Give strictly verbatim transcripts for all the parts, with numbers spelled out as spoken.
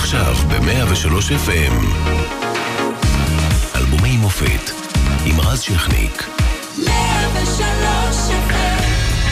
עכשיו ב-מאה ושלוש אף אם. אלבומי מופת עם רז שכניק. מאה ושלוש אף אם.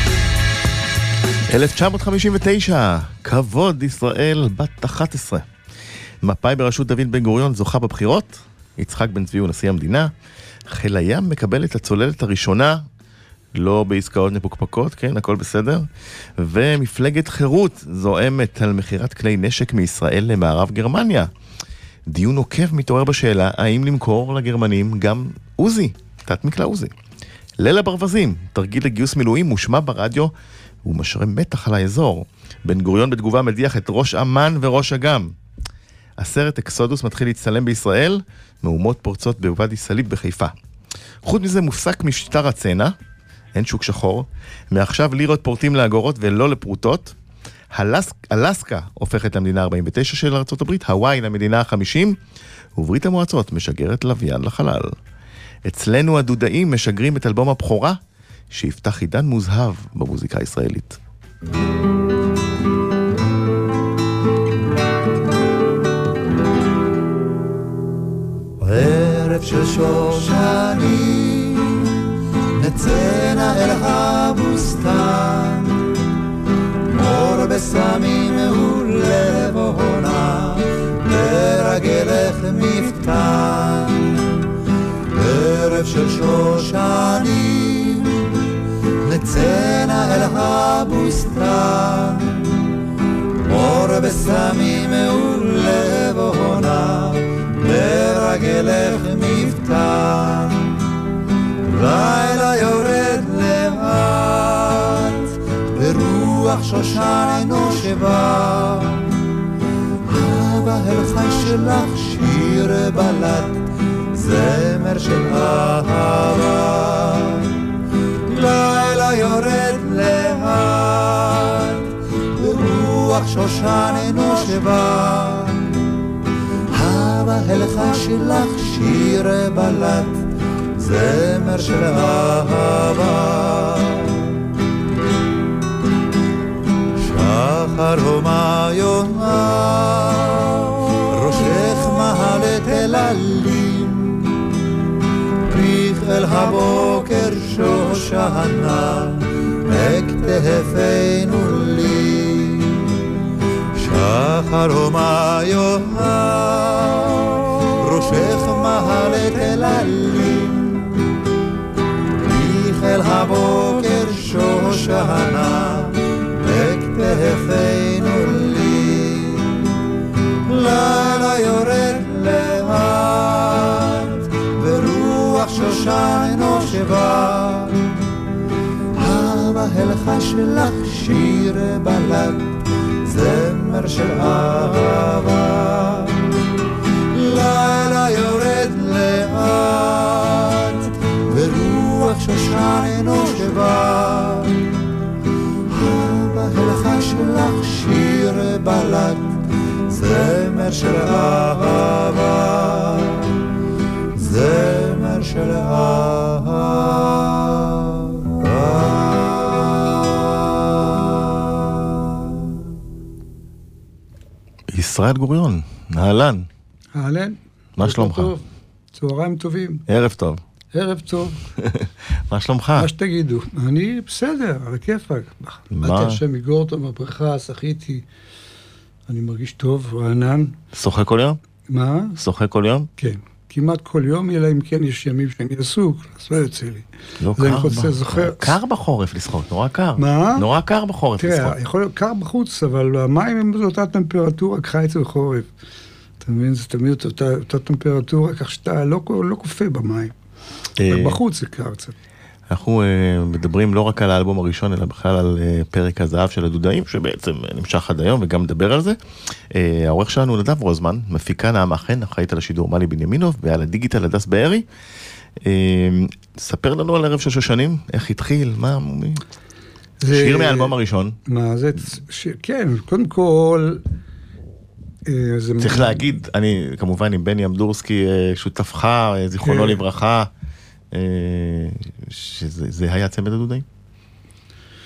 אלף תשע מאות חמישים ותשע, כבוד ישראל בת אחת עשרה. מפאי בראשות דוד בן גוריון זוכה בבחירות, יצחק בן צבי הוא נשיא המדינה, חיל הים מקבל את הצוללת הראשונה, לא בעסקאות מפוקפקות, כן, הכל בסדר, ומפלגת חירות זועמת על מחירת כלי נשק מישראל למערב גרמניה. דיון עוקב מתעורר בשאלה האם למכור לגרמנים גם עוזי, תת מקלע עוזי. ליל הברווזים, תרגיל לגיוס מילואים מושמע ברדיו, הוא משרה מתח על האזור. בן גוריון בתגובה מדיח את ראש אמן וראש אגם. הסרט אקסודוס מתחיל להצטלם בישראל, מהומות פורצות בוואדי סאליב בחיפה. חוץ מזה מופסק משטר הצנע, אין שוק שחור, מעכשיו לירות פורטים לאגורות ולא לפרוטות. הלס... אלסקה הופכת למדינה ארבעים ותשע של ארצות הברית, הוואי למדינה ה-חמישים, וברית המועצות משגרת לוויין לחלל. אצלנו הדודאים משגרים את אלבום הבכורה, שיפתח עידן מוזהב במוזיקה הישראלית. ערב של שושנים נצאנה אל הבוסתן, מור בסמים ולבונה לרגלך מפתן. ערב של שושנים נצאנה אל הבוסתן, מור בסמים ולבונה לרגלך מפתן. לילה יורד לאט ברוח שושן נושבה, הבהל חי שלך שיר בלט, זמר של אהבה. לילה יורד לאט ברוח שושן נושבה, הבהל חי שלך שיר בלט, זמר של אהבה. שחר הומה יונה ראשך מהלת אל עלים, פריך אל הבוקר שושנה הכתפנו לי. שחר הומה יונה ראשך מהלת אל עלים, פריך אל הבוקר שושנה הכתפנו לי. לילה יורד לאט ברוח שושן נושבה, הבהל חי שלך שיר בלט, זמר של אהבה. לילה יורד לאט ברוח שושן נושבה, הבהל חי שלך שיר בלט, זמר של אהבה, זמר של אהבה. ישראל גוריון, אהלן. אהלן. מה שלומך? צהריים טובים. ערב טוב. ערב טוב. מה שלומך? מה שתגידו. אני בסדר, על הכיפק. באתי עכשיו מגור אותו מהבריכה, שחיתי. אני מרגיש טוב, רענן. שוחק כל יום? מה? שוחק כל יום? כן. כמעט כל יום, אלא אם כן יש ימים שאני עסוק, אז לא יוצא לי. לא קר, קר בחורף לשחות, נורא קר. מה? נורא קר בחורף לשחות. תראה, יכול להיות קר בחוץ, אבל המים הם באותה טמפרטורה, קיץ וחורף. אתה מבין, זה תמיד אותה, אותה טמפרטורה, כך שאתה לא, לא קופא במים. אבל בחוץ זה קר קצת. אנחנו uh, מדברים לא רק על האלבום הראשון, אלא בכלל על uh, פרק הזהב של הדודאים, שבעצם נמשך עד היום, וגם מדבר על זה. Uh, העורך שלנו נדב רוזמן, מפיקה נעמה חן, אחראית על השידור מלי בנימינוב, ועל הדיגיטל הדס בארי. Uh, ספר לנו על ערב של שושנים, איך התחיל, מה... זה... שיר מהאלבום הראשון. מה זה... ש... כן, קודם כל... צריך להגיד, אני כמובן עם בני אמדורסקי, שותפך, זיכרונו לברכה, שזה היה צמד הדודאים?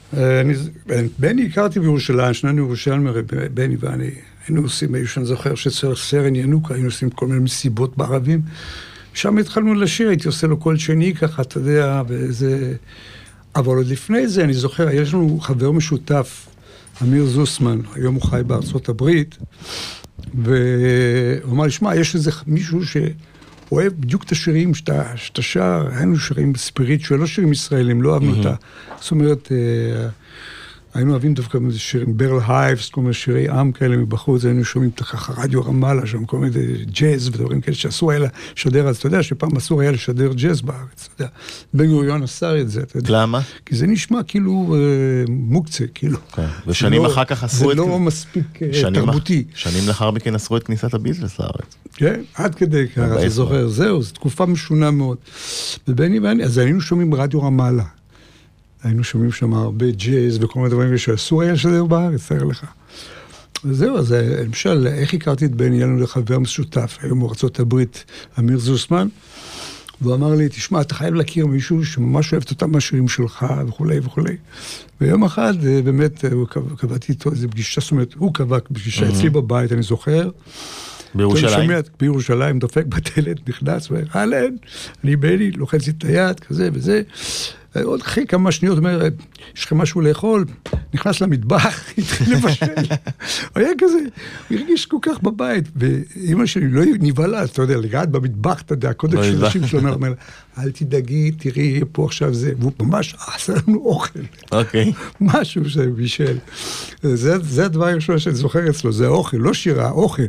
בני הכרתי בירושלים, שנינו ירושלים, בני ואני, היינו עושים, אני זוכר שצריך סרן ינוקה, היינו עושים כל מיני מסיבות בערבים, שם התחלנו לשיר, הייתי עושה לו כל שני ככה, אתה יודע, וזה... אבל עוד לפני זה, אני זוכר, יש לנו חבר משותף, אמיר זוסמן, היום הוא חי בארצות הברית, והוא אמר לי, שמע, יש איזה מישהו שאוהב בדיוק את השירים שאתה, שאתה שר, היינו שירים ספיריט, שלא שירים ישראלים, לא אהבנו אותה. זאת אומרת, היינו אוהבים דווקא שירים ברל הייבס, כל מיני שירי עם כאלה מבחוץ, היינו שומעים ככה רדיו רמאללה, שם כל מיני ג'אז ודברים כאלה שאסור היה לשדר, אז אתה יודע שפעם אסור היה לשדר ג'אז בארץ, אתה יודע, בן גוריון עשה את זה, אתה יודע. למה? כי זה נשמע כאילו מוקצה, כאילו. ושנים אחר כך אסרו את... זה לא מספיק תרבותי. שנים לאחר מכן אסרו את כניסת הביטלס לארץ. כן, עד כדי ככה, אתה זוכר, זהו, זו תקופה משונה מאוד. ובני ואני, אז היינו שומעים רדיו רמאללה. היינו שומעים שם הרבה ג'אז וכל מיני דברים שאסור היה לשדר בארץ, תאר לך. וזהו, אז למשל, איך הכרתי את בני? היה לנו לחבר משותף, היום בארצות הברית, אמיר זוסמן, והוא אמר לי, תשמע, אתה חייב להכיר מישהו שממש אוהב את אותם השירים שלך וכולי וכולי. ויום אחד, באמת, קבעתי איתו איזו פגישה, זאת אומרת, הוא קבע פגישה אצלי בבית, אני זוכר. בירושלים? בירושלים, דופק בטלת, נכנס, ואומר, אהלן, אני בני, לוחץ את היד, כזה וזה. עוד אחרי כמה שניות, אומר, יש לכם משהו לאכול? נכנס למטבח, התחיל לבשל. הוא היה כזה, הוא הרגיש כל כך בבית, ואמא שלי לא נבהלה, אתה יודע, לגעת במטבח, אתה יודע, הקודק של אנשים שלו אומר, אל תדאגי, תראי, יהיה פה עכשיו זה, והוא ממש עשה לנו אוכל. אוקיי. משהו שבישל. זה הדבר הראשון שאני זוכר אצלו, זה האוכל, לא שירה, אוכל.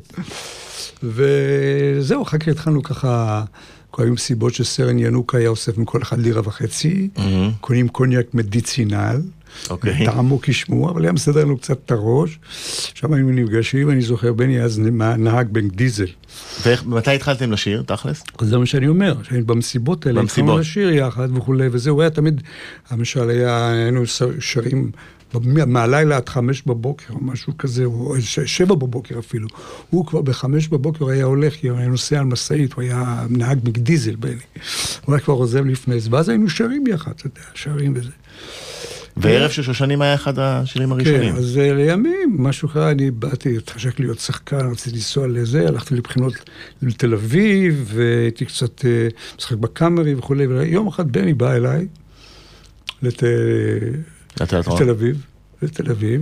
וזהו, אחר כך התחלנו ככה... היו סיבות שסרן ינוקה היה אוסף מכל אחד לירה וחצי, קונים קוניאק מדיצינל, טעמו כשמו, אבל היה מסדר לנו קצת את הראש, שם היינו נפגשים, ואני זוכר, בני אז נהג בן דיזל. ומתי התחלתם לשיר, תכלס? זה מה שאני אומר, במסיבות האלה, התחלנו לשיר יחד וכולי, וזהו, היה תמיד, למשל, היינו שרים... מהלילה עד חמש בבוקר, או משהו כזה, או שבע בבוקר אפילו. הוא כבר בחמש בבוקר היה הולך, כי הוא היה נוסע על מסעית, הוא היה נהג מגדיזל בני. הוא היה כבר עוזב לפני זה, ואז היינו שרים יחד, אתה יודע, שרים וזה. וערב של שושנים היה אחד השירים הראשונים. כן, אז לימים, משהו קרה, אני באתי, התחשק להיות שחקן, רציתי לנסוע לזה, הלכתי לבחינות לתל אביב, והייתי קצת משחק בקאמרי וכו', ויום אחד בני בא אליי, לת... לתל אביב, לתל אביב,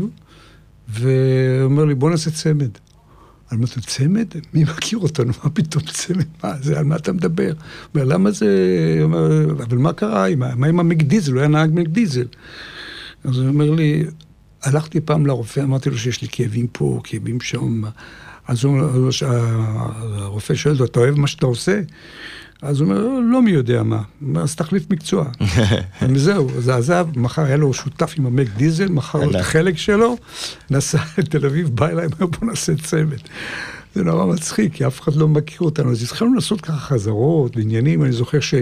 ואומר לי, בוא נעשה צמד. על מה אתה צמד? מי מכיר אותנו? מה פתאום צמד? מה זה? על מה אתה מדבר? אומר, למה זה? אומר, אבל מה קרה? מה עם המקדיזל? הוא היה נהג מקדיזל. אז הוא אומר לי, הלכתי פעם לרופא, אמרתי לו שיש לי כאבים פה, כאבים שם. אז הוא אומר, הרופא שואל אותו, אתה אוהב מה שאתה עושה? אז הוא אומר, לא מי יודע מה, אז תחליף מקצוע. וזהו, זה עזב, מחר היה לו שותף עם המק דיזל, מחר לו את החלק שלו, נסע לתל אביב, בא אליי, בוא נעשה צמד. זה נורא מצחיק, כי אף אחד לא מכיר אותנו, אז התחלנו לעשות ככה חזרות, בעניינים, אני זוכר ש...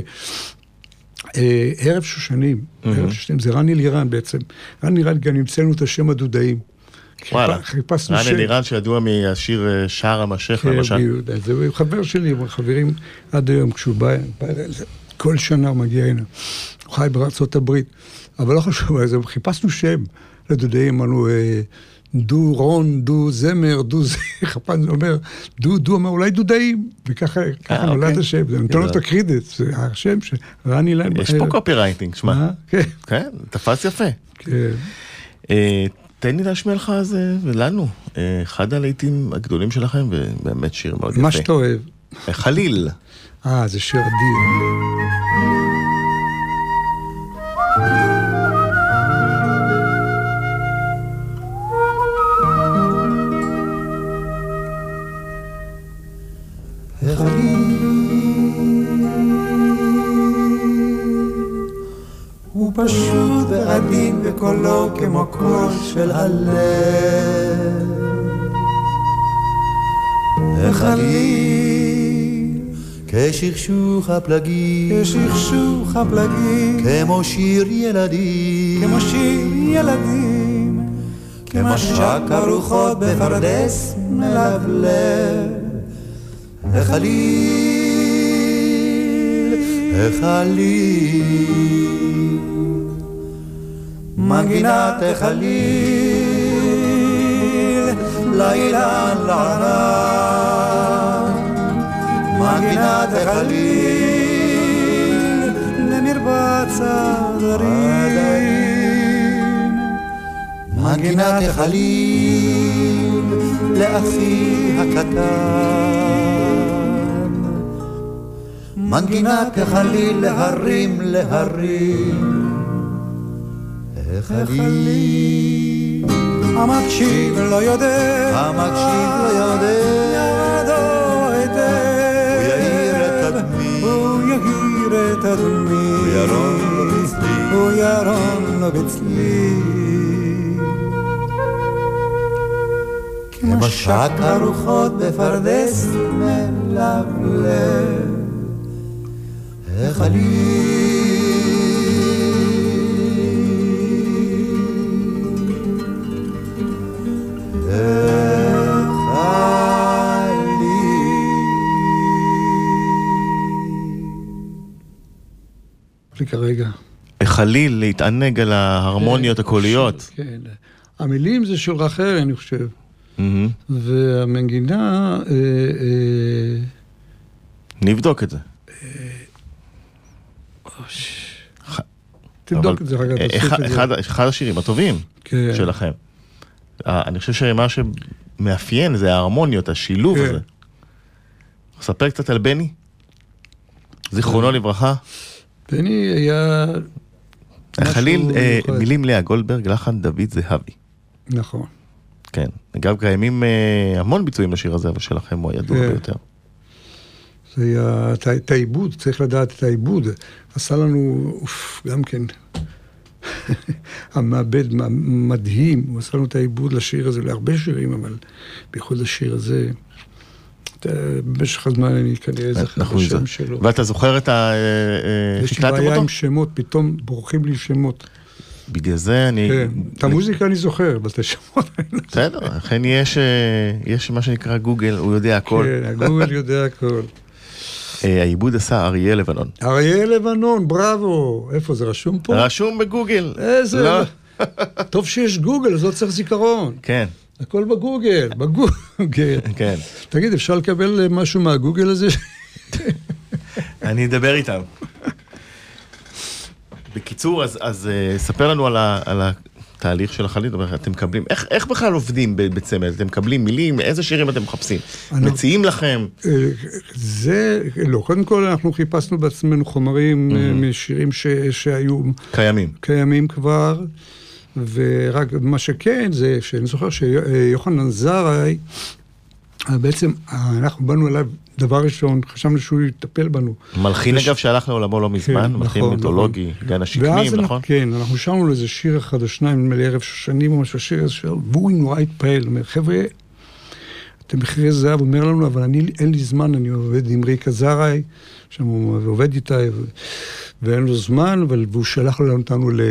ערב שושנים, ערב שושנים, זה רני לירן בעצם, רני לירן גם נמצאנו את השם הדודאים. וואלה, רני לירן שידוע מהשיר שער המשך למשל. זה חבר שלי, חברים עד היום, כשהוא בא, כל שנה הוא מגיע הנה, הוא חי בארצות הברית, אבל לא חשוב, חיפשנו שם לדודאים, אמרנו, דו רון, דו זמר, דו זה, חפן אומר, דו, דו אומר, אולי דודאים, וככה נולד השם, זה נותן לו את הקרידט, זה השם שרני לירן. יש פה קופירייטינג, שמע. כן, תפס יפה. כן. תן לי להשמיע לך זה, ולנו, אחד הלהיטים הגדולים שלכם, ובאמת שיר מאוד יפה. מה שאתה אוהב. חליל. אה, זה שיר אדיר. הוא פשוט ועדין וקולו כמו קול של הלב. החליל כשכשוך הפלגים, כשכשוך הפלגים, כמו שיר ילדים, כמו שיר ילדים, כמו שק הרוחות בפרדס מלבלב. החליל, החליל מנגינת החליל לאילן לענן, מנגינת החליל למרבץ הדרים, מנגינת החליל לאחי הקטן, מנגינת החליל להרים להרים, החליל המקשיב לא יודע, המקשיב לא יודע, ידו היטב, הוא יאיר את הדמי, הוא יאיר את הדמי, הוא ירון לו בצלי, הוא ירון לו בצלי, כמשק הרוחות בפרדס מלבלב, החליל כרגע. החליל להתענג על ההרמוניות הקוליות. כן. המילים זה של רחל, אני חושב. והמנגינה... נבדוק את זה. תבדוק את זה רגע. אחד השירים הטובים שלכם. אני חושב שמה שמאפיין זה ההרמוניות, השילוב הזה. ספר קצת על בני. זיכרונו לברכה. בני היה... החליל, מילים לאה גולדברג, לחן דוד זהבי. נכון. כן. אגב, קיימים המון ביצועים לשיר הזה, אבל שלכם הוא הידוע ביותר. זה היה את העיבוד, צריך לדעת את העיבוד. עשה לנו, גם כן, המעבד מדהים, הוא עשה לנו את העיבוד לשיר הזה, להרבה שירים, אבל בייחוד לשיר הזה, במשך הזמן אני כנראה זכר בשם שלו. ואתה זוכר את ה... יש לי בעיה עם שמות, פתאום בורחים לי שמות. בגלל זה אני... כן, את המוזיקה אני זוכר, אבל את השמות אני לא זוכר. בסדר, לכן יש מה שנקרא גוגל, הוא יודע הכל. כן, הגוגל יודע הכל. העיבוד עשה אריה לבנון. אריה לבנון, בראבו. איפה זה רשום פה? רשום בגוגל. איזה... טוב שיש גוגל, אז לא צריך זיכרון. כן. הכל בגוגל, בגוגל. כן. תגיד, אפשר לקבל משהו מהגוגל הזה? אני אדבר איתם. בקיצור, אז, אז ספר לנו על, ה, על התהליך של החליל, אתם מקבלים, איך, איך בכלל עובדים בצמד? אתם מקבלים מילים, איזה שירים אתם מחפשים? אנחנו, מציעים לכם? זה, לא, קודם כל אנחנו חיפשנו בעצמנו חומרים mm-hmm. משירים ש, שהיו... קיימים. קיימים כבר, ורק מה שכן זה, שאני זוכר שיוחנן זרעי, בעצם אנחנו באנו אליו, דבר ראשון, חשבנו שהוא יטפל בנו. מלחין אגב שהלך לעולמו לא מזמן, מלחין מיתולוגי, גן השקמים, נכון? כן, אנחנו שרנו לאיזה שיר אחד או שניים, מלא ערב שושנים או משהו, שיר הזה, והוא נורא התפעל, הוא אומר, חבר'ה, אתם מחירי זהב, הוא אומר לנו, אבל אני, אין לי זמן, אני עובד עם ריקה זרעי, שם הוא עובד איתה, ואין לו זמן, והוא שלח לנו אותנו ל...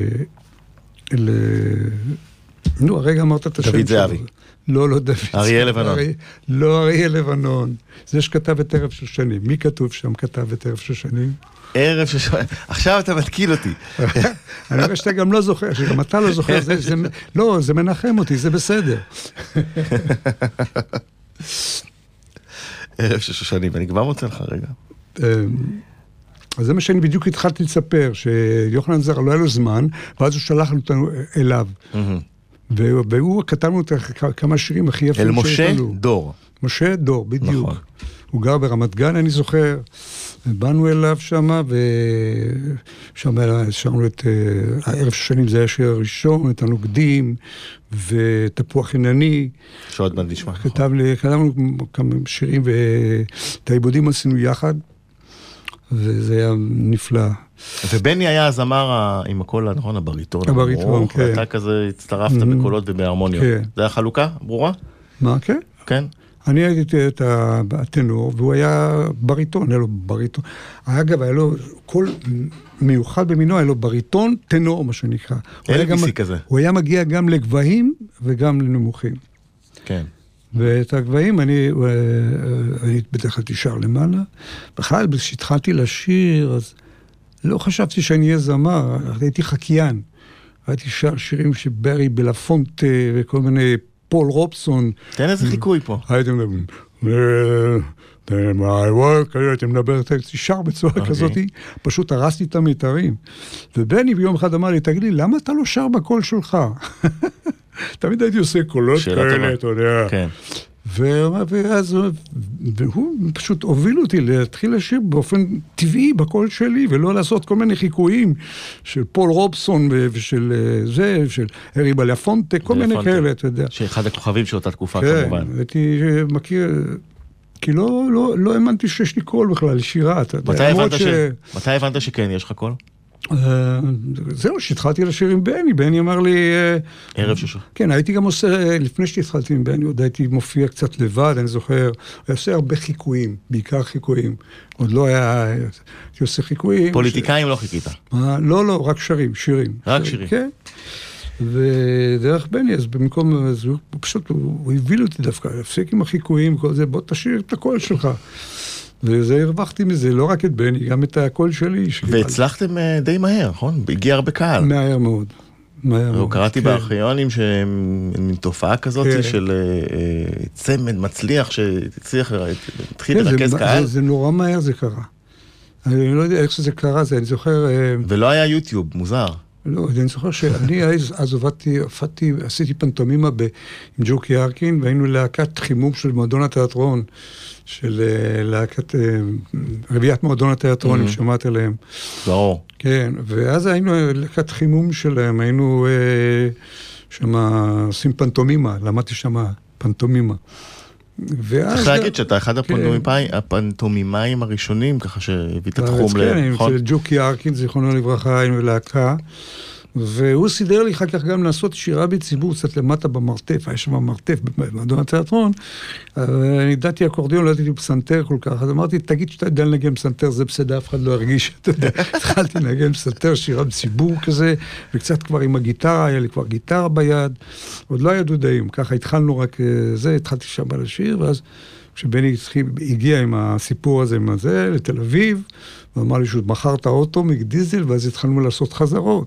נו, הרגע אמרת את השם שלו. דוד זהבי. לא, לא דוד. אריה לבנון. לא, אריה לבנון. זה שכתב את ערב שושנים. מי כתוב שם כתב את ערב שושנים? ערב שושנים. עכשיו אתה מתקיל אותי. אני רואה שאתה גם לא זוכר, שגם אתה לא זוכר. לא, זה מנחם אותי, זה בסדר. ערב שושנים, ואני כבר מוצא לך רגע. אז זה מה שאני בדיוק התחלתי לספר, שיוחנן זרע לא היה לו זמן, ואז הוא שלח אותנו אליו. והוא כתב לנו כמה שירים הכי יפים אל משה דור. משה דור, בדיוק. הוא גר ברמת גן, אני זוכר. באנו אליו שם, ושם שרנו את הערב שושנים, זה היה השיר הראשון, את הנוגדים, ותפוח עינני. שעוד מעט נשמע. כתבנו כמה שירים, ואת העיבודים עשינו יחד. וזה היה נפלא. ובני היה הזמר עם הקול, נכון, הבריטון. הבריטון, כן. ואתה כזה הצטרפת בקולות ובהרמוניות. זה היה חלוקה ברורה? מה, כן? כן. אני הייתי את הטנור, והוא היה בריטון, היה לו בריטון. אגב, היה לו קול מיוחד במינו, היה לו בריטון, טנור, מה שנקרא. אלביסי כזה. הוא היה מגיע גם לגבהים וגם לנמוכים. כן. ואת הגבהים אני, אני בדרך כלל תישאר למעלה. בכלל, כשהתחלתי לשיר, אז לא חשבתי שאני אהיה זמר, הייתי חקיין. הייתי שר שירים שברי בלפונטה וכל מיני פול רובסון. תן איזה חיקוי פה. הייתם מדברים, my work, הייתם מדבר, הייתי שר בצורה כזאת, פשוט הרסתי את המיתרים. ובני ביום אחד אמר לי, תגיד לי, למה אתה לא שר בקול שלך? תמיד הייתי עושה קולות כאלה, אתה יודע. כן. ואז, והוא פשוט הוביל אותי להתחיל לשיר באופן טבעי בקול שלי, ולא לעשות כל מיני חיקויים של פול רובסון ושל זה, של ארי בלפונטה, כל מיני כאלה, אתה יודע. שאחד הכוכבים של אותה תקופה כמובן. כן, הייתי מכיר, כי לא, לא, לא האמנתי שיש לי קול בכלל, שירה, אתה יודע. מתי הבנת שכן, יש לך קול? זהו, שהתחלתי לשיר עם בני, בני אמר לי... ערב ששיר. כן, הייתי גם עושה, לפני שהתחלתי עם בני, עוד הייתי מופיע קצת לבד, אני זוכר, אני עושה הרבה חיקויים, בעיקר חיקויים. עוד לא היה, הייתי עושה חיקויים. פוליטיקאים לא חיכית? לא, לא, רק שרים, שירים. רק שירים. כן. ודרך בני, אז במקום, אז הוא פשוט, הוא הביל אותי דווקא, להפסיק עם החיקויים, כל זה, בוא תשאיר את הקול שלך. וזה הרווחתי מזה, לא רק את בני, גם את הקול שלי. והצלחתם די מהר, נכון? הגיע הרבה קהל. מהר מאוד. קראתי בארכיונים שמין תופעה כזאת של צמד מצליח, שהצליח, התחיל לרכז קהל. זה נורא מהר זה קרה. אני לא יודע איך שזה קרה, אני זוכר... ולא היה יוטיוב, מוזר. לא, אני זוכר שאני אז עובדתי, עפתי, עשיתי פנטומימה עם ג'וקי ארקין, והיינו להקת חימום של מועדון התיאטרון, של להקת, רביעיית מועדון התיאטרון, אם שמעת עליהם. ברור. כן, ואז היינו להקת חימום שלהם, היינו שם עושים פנטומימה, למדתי שם פנטומימה. צריך להגיד שאתה אחד הפנטומימאים הראשונים, ככה שהביא את התחום ל... כן, של ג'וקי ארקין, זיכרונו לברכה, היינו להקה, והוא סידר לי אחר כך גם לעשות שירה בציבור, קצת למטה במרתף, היה שם מרתף במועדון התיאטרון, אני ידעתי אקורדיון, לא ידעתי פסנתר כל כך, אז אמרתי, תגיד שאתה יודע לנגן פסנתר, זה בסדר, אף אחד לא הרגיש, אתה יודע, התחלתי לנגן פסנתר, שירה בציבור כזה, וקצת כבר עם הגיטרה, היה לי כבר גיטרה ביד, עוד לא היה דודאים, ככה התחלנו רק זה, התחלתי שם לשיר, ואז כשבני הגיע עם הסיפור הזה, עם הזה, לתל אביב, ואמר לי שהוא מכר את האוטו מגדיזל, ואז התחלנו לעשות חזרות.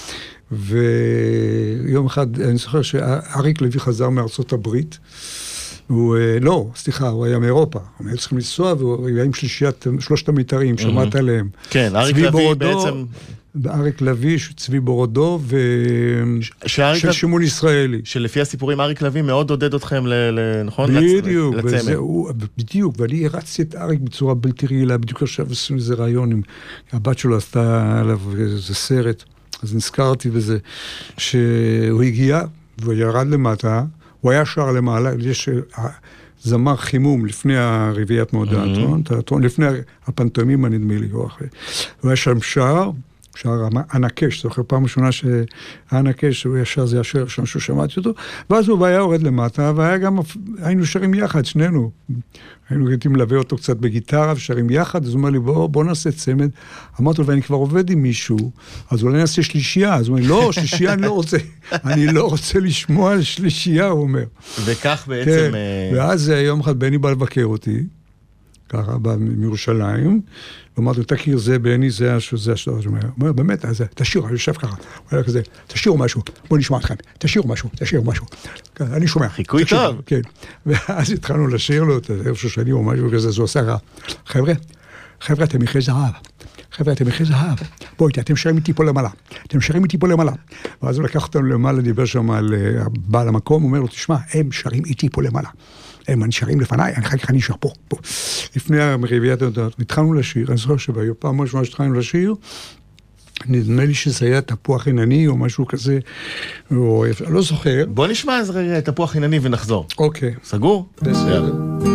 ויום אחד, אני זוכר שאריק לוי חזר מארצות הברית, הוא, לא, סליחה, הוא היה מאירופה, הם היו צריכים לנסוע, והוא היה עם שלישיית, שלושת המיתרים, שמעת עליהם. כן, אריק לוי בעצם... אריק לוי, צבי בורודו, של שמעון ישראלי. שלפי הסיפורים, אריק לוי מאוד עודד אתכם, נכון? בדיוק, בדיוק, ואני הרצתי את אריק בצורה בלתי רגילה, בדיוק עכשיו עשינו איזה רעיון, הבת שלו עשתה עליו איזה סרט, אז נזכרתי בזה, שהוא הגיע, והוא ירד למטה, הוא היה שר למעלה, יש זמר חימום לפני הרביעיית מועדון, לפני הפנטומימה נדמה לי, הוא היה שם שר, שר ענקש, זוכר פעם ראשונה שהענקש, הוא ישר, זה ישר שם שהוא שמעתי אותו, ואז הוא היה יורד למטה, והיה גם, היינו שרים יחד, שנינו, היינו גאים ללווה אותו קצת בגיטרה, ושרים יחד, אז הוא אומר לי, בוא, בוא נעשה צמד, אמרתי לו, ואני כבר עובד עם מישהו, אז אולי נעשה שלישייה, אז הוא אומר, לא, שלישייה אני לא רוצה, אני לא רוצה לשמוע על שלישייה, הוא אומר. וכך בעצם... ואז יום אחד בני בא לבקר אותי, ככה, מירושלים, ואמרתי לו, תכיר, זה בני, זה השלב, הוא אומר, באמת, תשאיר, אני יושב ככה, הוא אומר כזה, תשאירו משהו, בוא נשמע אתכם, תשאירו משהו, תשאירו משהו, אני שומע. חיקוי טוב. כן, ואז התחלנו לשיר לו, איפשהו שני או משהו כזה, זה עושה רע. חבר'ה, חבר'ה, אתם יחי זהב, חבר'ה, אתם יחי זהב, בואי, אתם שרים איתי פה למעלה, אתם שרים איתי פה למעלה. ואז הוא לקח אותנו למעלה, דיבר שם על בעל המקום, הוא אומר לו, תשמע, הם שרים איתי פה למעלה. הם נשארים לפניי, אחר כך אני נשאר פה, פה. לפני הרביעיית התחלנו לשיר, אני זוכר שבפעם ראשונה שהתחלנו לשיר, נדמה לי שזה היה תפוח עינני או משהו כזה, או לא זוכר. בוא נשמע איזה רגע תפוח עינני ונחזור. אוקיי. סגור? בסדר.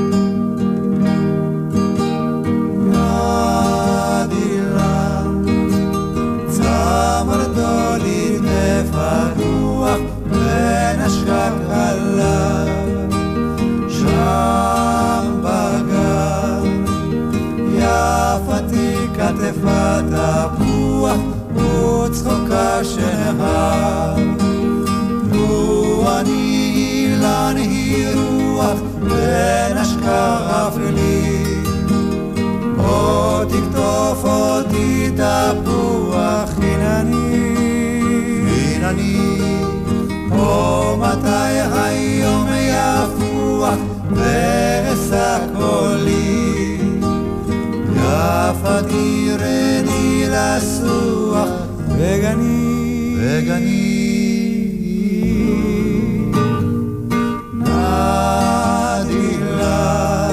כתפת הפוח וצחוקה שנהר לו אני אילן היא רוח בין השקעה בגני נדילה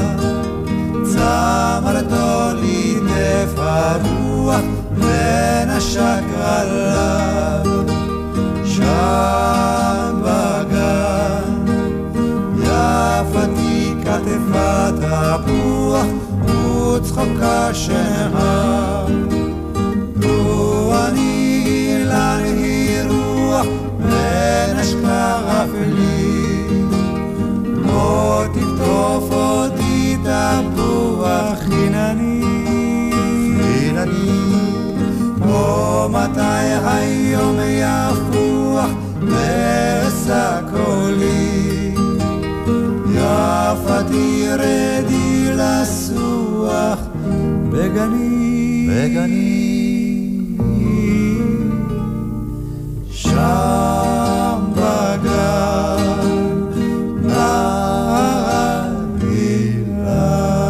צמרתו ליטף הרוח ונשק עליו שם בגן יפתי כתפת הפוח וצחוקה שנהר רועני לנהי רוח ונשקה אפלי לא תקטוף אותי תפוח חינני חינני כמו מתי היום יפוח ועשה קולי יפתי רדי לסוח בגני בגני שם בגן נדילה.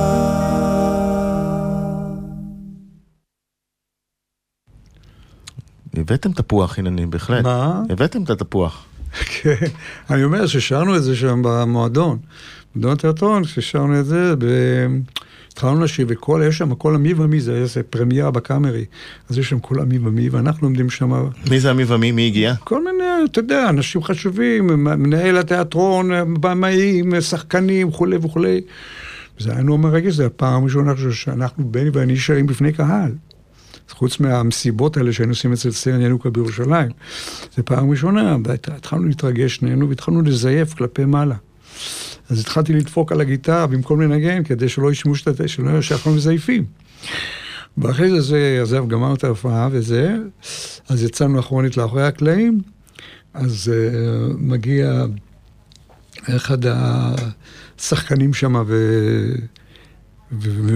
הבאתם תפוח, הנה אני בהחלט. מה? הבאתם את התפוח. כן, אני אומר ששרנו את זה שם במועדון. במועדון תיאטרון, כששרנו את זה, התחלנו לשיר, וכל, יש שם כל המי ומי, זה היה פרמייה בקאמרי, אז יש שם כל המי ומי, ואנחנו עומדים שם... מי זה המי ומי? מי הגיע? כל מיני, אתה יודע, אנשים חשובים, מנהל התיאטרון, במאים, שחקנים, וכו' וכו'. וזה היה נורא מרגש, זה הפעם הראשונה שאנחנו, בני ואני, שרים בפני קהל. חוץ מהמסיבות האלה שהיינו עושים אצל סרן ינוקה בירושלים. זה פעם ראשונה, התחלנו להתרגש שנינו, והתחלנו לזייף כלפי מעלה. אז התחלתי לדפוק על הגיטרה במקום לנגן, כדי שלא ישמעו שתתה, שלא יהיו שאנחנו מזייפים. ואחרי זה, זה, אז גמרנו את ההופעה וזה, אז יצאנו אחרונית לאחורי הקלעים, אז uh, מגיע אחד השחקנים שם, ו... ו... ו...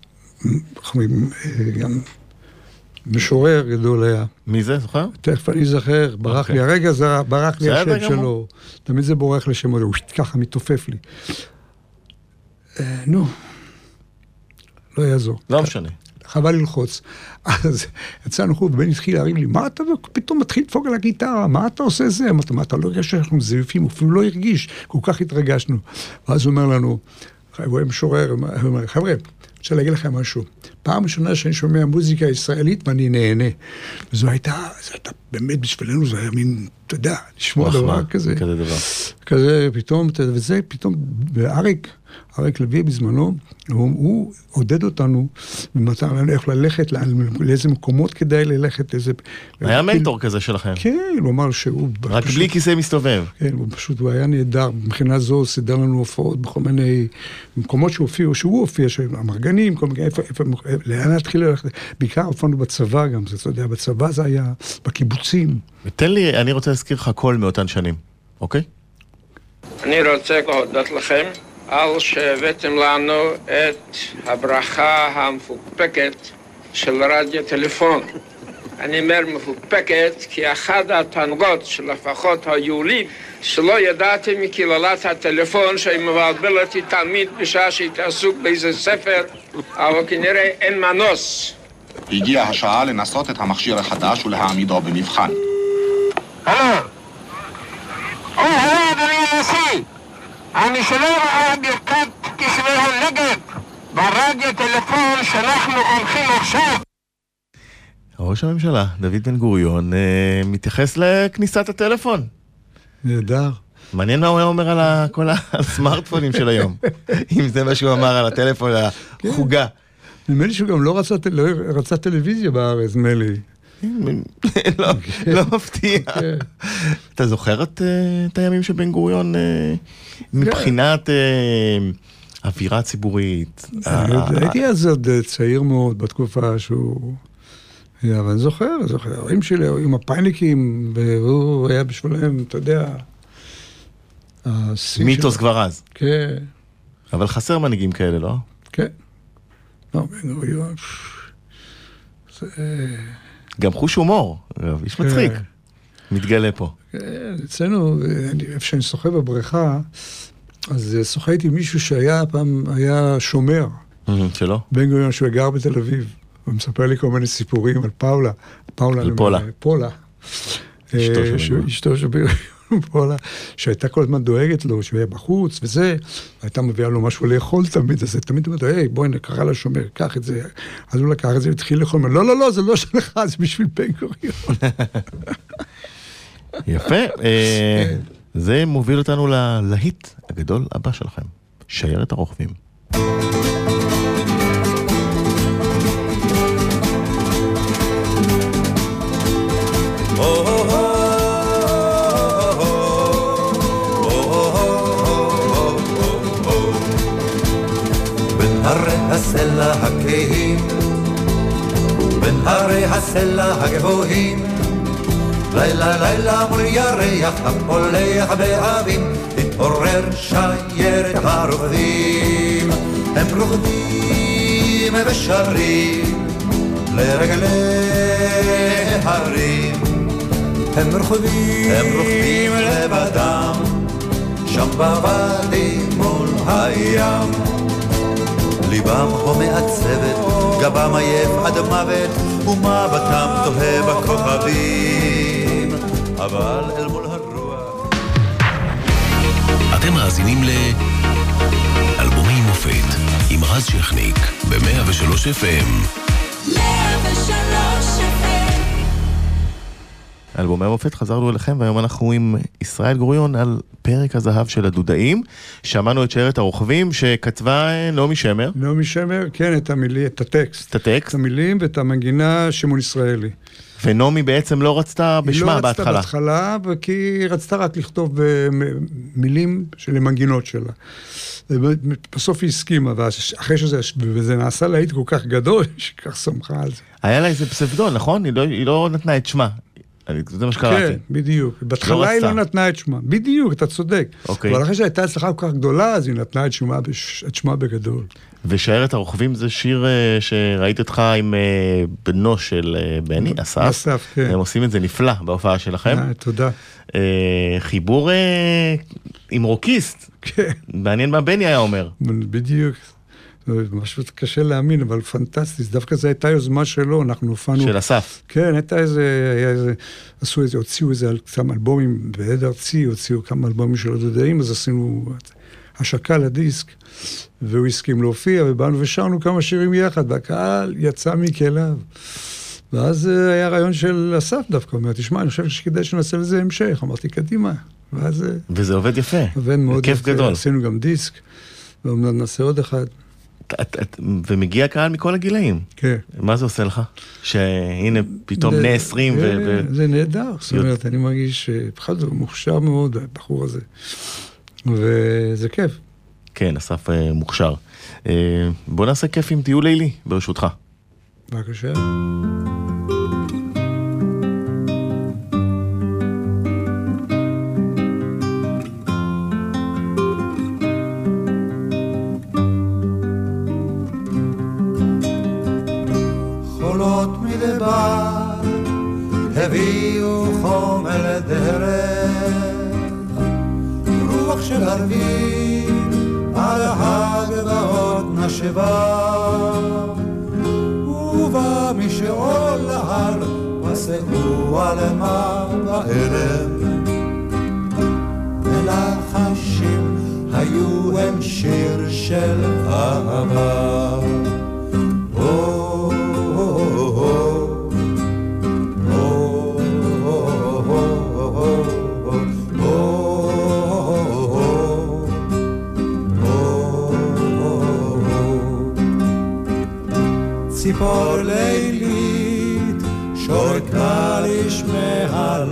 גם משורר גדול היה. מי זה, זוכר? תכף אני זכר, ברח לי, הרגע זה ברח לי השם שלו. תמיד זה בורח לשמו, הוא ככה מתופף לי. נו, לא יעזור. לא משנה. חבל ללחוץ. אז יצאנו חוב, ובן התחיל להרים לי, מה אתה פתאום מתחיל לדפוק על הגיטרה? מה אתה עושה זה? מה אתה לא הרגיש שאנחנו זייפים? הוא אפילו לא הרגיש, כל כך התרגשנו. ואז הוא אומר לנו, הוא משורר, הוא אומר, חבר'ה, אני רוצה להגיד לכם משהו. פעם ראשונה שאני שומע מוזיקה ישראלית ואני נהנה. וזו הייתה, זו הייתה באמת בשבילנו, זה היה מין, אתה יודע, לשמוע דבר כזה. כזה דבר. כזה פתאום, וזה פתאום, ואריק, אריק לוי בזמנו, הוא, הוא עודד אותנו, ומתן לנו איך ללכת, לאיזה מקומות כדאי ללכת, איזה... היה מנטור כזה שלכם. כן, הוא אמר שהוא... רק בלי כיסא מסתובב. כן, הוא פשוט, הוא היה נהדר, מבחינה זו, סידר לנו הופעות בכל מיני מקומות שהופיעו, שהוא הופיע, המרגנים, כל מיני, איפה, איפה, לאן להתחיל ללכת, בעיקר הופענו בצבא גם, זה, אתה יודע, בצבא זה היה, בקיבוצים. ותן לי, אני רוצה להזכיר לך הכל מאותן שנים, אוקיי? אני רוצה להודות לכם על שהבאתם לנו את הברכה המפוקפקת של רדיו טלפון. אני אומר מפוקפקת כי אחד התענוגות שלפחות היו לי, שלא ידעתי מקללת הטלפון שהיא מבלבלת אותי תמיד בשעה שהייתי עסוק באיזה ספר, אבל כנראה אין מנוס. הגיעה השעה לנסות את המכשיר החדש ולהעמידו במבחן. הלו! או, הלו, אדוני הנשיא! אני שלא רואה ברכת תושבי הנגב ברדיו טלפון שאנחנו הולכים עכשיו. ראש הממשלה, דוד בן גוריון, אה, מתייחס לכניסת הטלפון. נהדר. מעניין מה הוא היה אומר על כל הסמארטפונים של היום. אם זה מה שהוא אמר על הטלפון, החוגה. נדמה לי שהוא גם לא רצה, לא רצה טלוויזיה בארץ, נדמה לי. לא, לא מפתיע. אתה זוכר את הימים של בן גוריון מבחינת אווירה ציבורית? הייתי אז עוד צעיר מאוד בתקופה שהוא... אבל אני זוכר, אני זוכר, ההורים שלי היו עם הפייניקים, והוא היה בשבילם, אתה יודע... מיתוס כבר אז. כן. אבל חסר מנהיגים כאלה, לא? כן. לא, בן גוריון... גם חוש הומור, איש מצחיק. מתגלה פה. אצלנו, איפה שאני שוחה בבריכה, אז שוחה איתי מישהו שהיה פעם, היה שומר. שלא? בן גוריון שהוא גר בתל אביב. הוא מספר לי כל מיני סיפורים על פאולה. על פולה. פולה. אשתו של בן גוריון, שהייתה כל הזמן דואגת לו, שהוא היה בחוץ וזה, הייתה מביאה לו משהו לאכול תמיד, אז תמיד הוא אומר, היי, בואי נקרא לשומר, קח את זה, אז הוא לקח את זה והתחיל לאכול, לא, לא, לא, זה לא שלך, זה בשביל בן גוריון. יפה, זה מוביל אותנו ללהיט הגדול הבא שלכם, שיירת הרוכבים. הסלע הכהים בין הרי הסלע הגבוהים לילה לילה מול ירח הפולח באבים התעורר שיירת הרוכבים הם רוקדים ושרים לרגלי הרים הם רוכבים הם רוכבים לבדם שם בוואדי מול הים ליבם הוא מעצבת, גבם עייף עד מוות, ומבטם תוהה בכוכבים, אבל אל מול הרוח. אתם מאזינים לאלבומי מופת עם רז שכניק ב-מאה ושלוש אף אם. מאה ושלוש אף אם. אלבומי מופת, חזרנו אליכם, והיום אנחנו עם ישראל גוריון על פרק הזהב של הדודאים. שמענו את שיירת הרוכבים שכתבה נעמי שמר. נעמי שמר, כן, את המילים, את הטקסט. את הטקסט. את המילים ואת המנגינה שמעון ישראלי. ונעמי בעצם לא רצתה בשמה בהתחלה. היא לא רצתה בהתחלה, כי היא רצתה רק לכתוב מילים של המנגינות שלה. בסוף היא הסכימה, ואחרי שזה, וזה נעשה להיט כל כך גדול, שכך שמחה על זה. היה לה איזה פסבדון, נכון? היא לא, היא לא נתנה את שמה. זה מה שקראתי. כן, בדיוק. בהתחלה היא לא נתנה את שמה. בדיוק, אתה צודק. אבל אחרי שהייתה הצלחה כל כך גדולה, אז היא נתנה את שמה בגדול. ושיירת הרוכבים זה שיר שראית אותך עם בנו של בני, אסף. אסף, כן. הם עושים את זה נפלא בהופעה שלכם. תודה. חיבור עם רוקיסט. כן. מעניין מה בני היה אומר. בדיוק. משהו קשה להאמין, אבל פנטסטי. דווקא זו הייתה יוזמה שלו, אנחנו הופענו... של אסף. כן, הייתה איזה, היה איזה, עשו איזה, הוציאו איזה כמה אלבומים, בעד ארצי, הוציאו כמה אלבומים של הדודאים, אז עשינו השקה לדיסק, והוא הסכים להופיע, ובאנו ושרנו כמה שירים יחד, והקהל יצא מכליו. ואז היה רעיון של אסף דווקא, אומר, תשמע, אני חושב שכדאי שנעשה לזה המשך, אמרתי, קדימה. ואז... וזה עובד יפה. עובד מאוד יפה. כיף גדול. עשינו גם דיסק, ואומנם נעשה עוד אחד. ומגיע קהל מכל הגילאים. כן. מה זה עושה לך? שהנה פתאום בני עשרים ו... זה נהדר. זאת אומרת, אני מרגיש שבכלל זה מוכשר מאוד, הבחור הזה. וזה כיף. כן, אסף מוכשר. בוא נעשה כיף עם טיול לילי, ברשותך. בבקשה. הביאו חומר דרך רוח של ערבים על הגבעות נשבה ובא מי שעול להר וסעו על מה בערב ולחשים היו הם שיר של אהבה ציפור לילית שורקה לשמי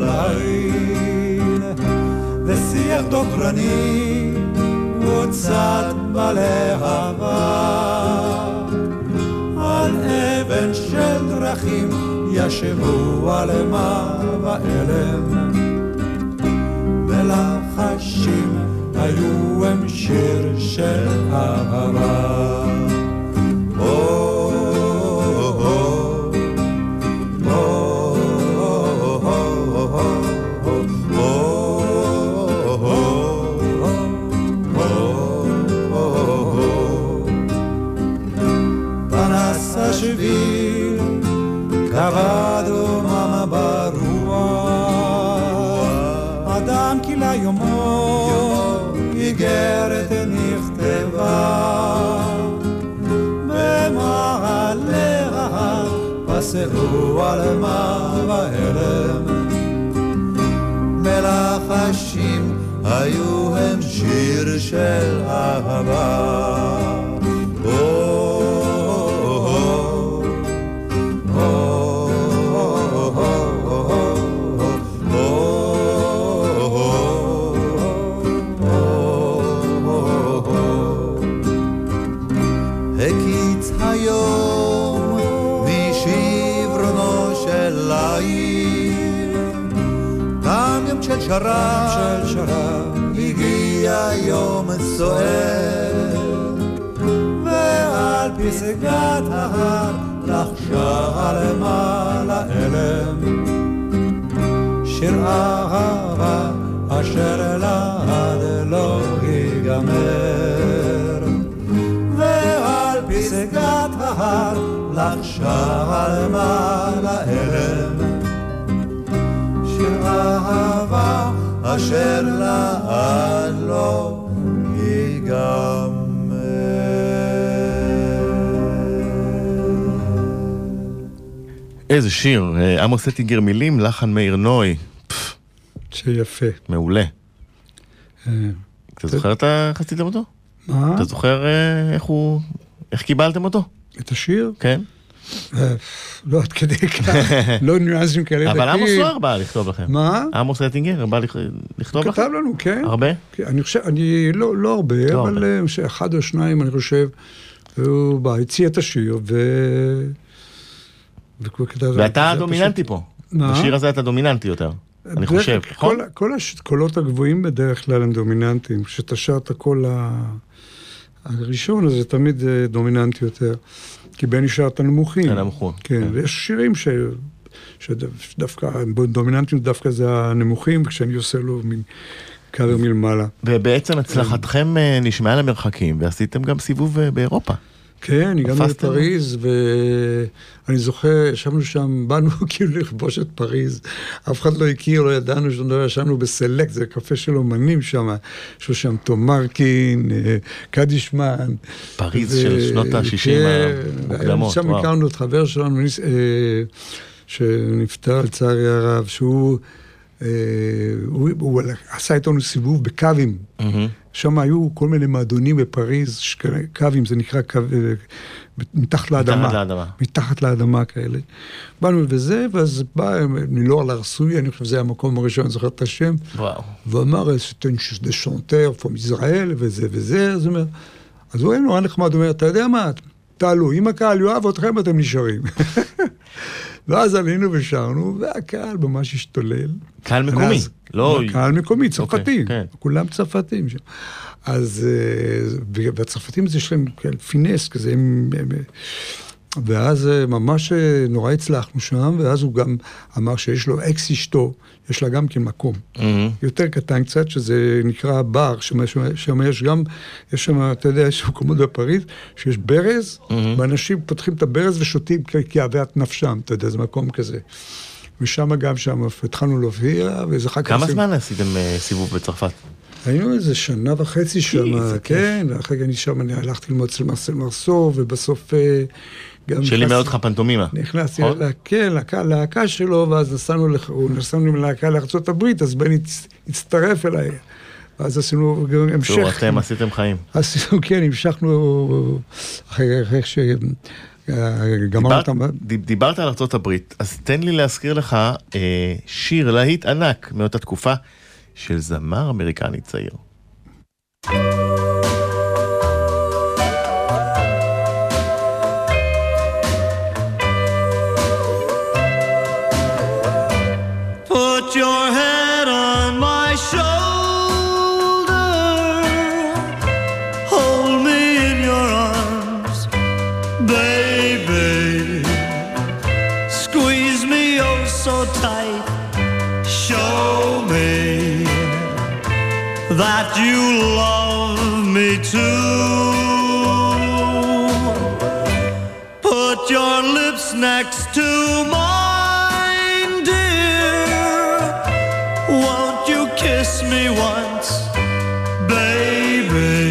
הליל ושיח דוקרני מוצד בלהבה על אבן של דרכים ישבו על מה ואלם ולחשים היו הם שיר של אהבה cavado mama barua יצאו על מה ואלם מלחשים היו הם שיר של אהבה הקיץ היום משברונו של העיר גם יום של שרב של שרב הגיע יום סוער ועל פסגת ההר לחשה למעלה אלם שיר אהבה אשר לעד לא ייגמר ועל פסגת ההר לחשה למעלה אלם שיר אהבה אשר לעד לא ייגמר. איזה שיר, עמוס אטינגר מילים, לחן מאיר נוי. שיפה. מעולה. אתה זוכר את חציתם אותו? מה? אתה זוכר איך הוא, איך קיבלתם אותו? את השיר? כן. לא עד כדי כך, לא ניואנסים כאלה דקים. אבל עמוס סוער בא לכתוב לכם. מה? עמוס אטינגר בא לכתוב לכם? כתב לנו, כן. הרבה? אני חושב, אני לא הרבה, אבל אחד או שניים אני חושב, הוא בא, הציע את השיר, ו... ואתה הדומיננטי פה. בשיר הזה אתה דומיננטי יותר. אני חושב, נכון? כל הקולות הגבוהים בדרך כלל הם דומיננטיים. כשאתה שר את הקול הראשון, אז זה תמיד דומיננטי יותר. כי בין ישר את הנמוכים. הנמוכים. כן, ויש שירים שדווקא, דומיננטיים דווקא זה הנמוכים, כשאני עושה לו מין קאבר מלמעלה. ובעצם הצלחתכם נשמעה למרחקים, ועשיתם גם סיבוב באירופה. כן, הגענו לפריז, ואני זוכר, ישבנו שם, באנו כאילו לכבוש את פריז, אף אחד לא הכיר, לא ידענו שום דבר, ישבנו בסלקט, זה קפה של אומנים שם, יש שם תום מרקין, קדישמן. פריז של שנות ה-שישים המוקדמות, שם הכרנו את חבר שלנו, שנפטר לצערי הרב, שהוא עשה איתנו סיבוב בקווים, שם היו כל מיני מועדונים בפריז, קווים, זה נקרא קו, מתחת לאדמה. מתחת לאדמה. מתחת לאדמה כאלה. באנו וזה, ואז בא מילור לארסוי, אני חושב שזה המקום הראשון, אני זוכר את השם. וואו. ואמר, c'était des chanteurs from ישראל, וזה וזה, אז הוא אומר, אז הוא היה נורא נחמד, הוא אומר, אתה יודע מה, תעלו, אם הקהל יאהב אתכם, אתם נשארים. ואז עלינו ושרנו, והקהל ממש השתולל. קהל מקומי. לא... קהל מקומי, צרפתים. כולם צרפתים שם. אז, והצרפתים זה שלהם פינס כזה, ואז ממש נורא הצלחנו שם, ואז הוא גם אמר שיש לו אקס אשתו, יש לה גם כן מקום. יותר קטן קצת, שזה נקרא בר, שם יש גם, יש שם, אתה יודע, יש מקומות בפריז, שיש ברז, ואנשים פותחים את הברז ושותים כאוות נפשם, אתה יודע, זה מקום כזה. ושם גם שם התחלנו להופיע, וזה אחר כך... כמה זמן עשיתם סיבוב בצרפת? היינו איזה שנה וחצי שם, כן, אחרי אני שם, אני הלכתי ללמוד אצל מרסל מרסו, ובסוף... שלימד אותך פנטומימה. נכנסתי להקה שלו, ואז נסענו להקה לארצות הברית, אז בני הצטרף אליי. ואז עשינו המשך. אתם עשיתם חיים. עשינו, כן, המשכנו אחרי שגמרנו אותם. דיברת על ארצות הברית, אז תן לי להזכיר לך שיר להיט ענק מאותה תקופה של זמר אמריקני צעיר. Put your head on my shoulder, hold me in your arms, baby, squeeze me oh so tight, show me that you love me too. Put your lips next to mine, dear, won't you kiss me once, baby,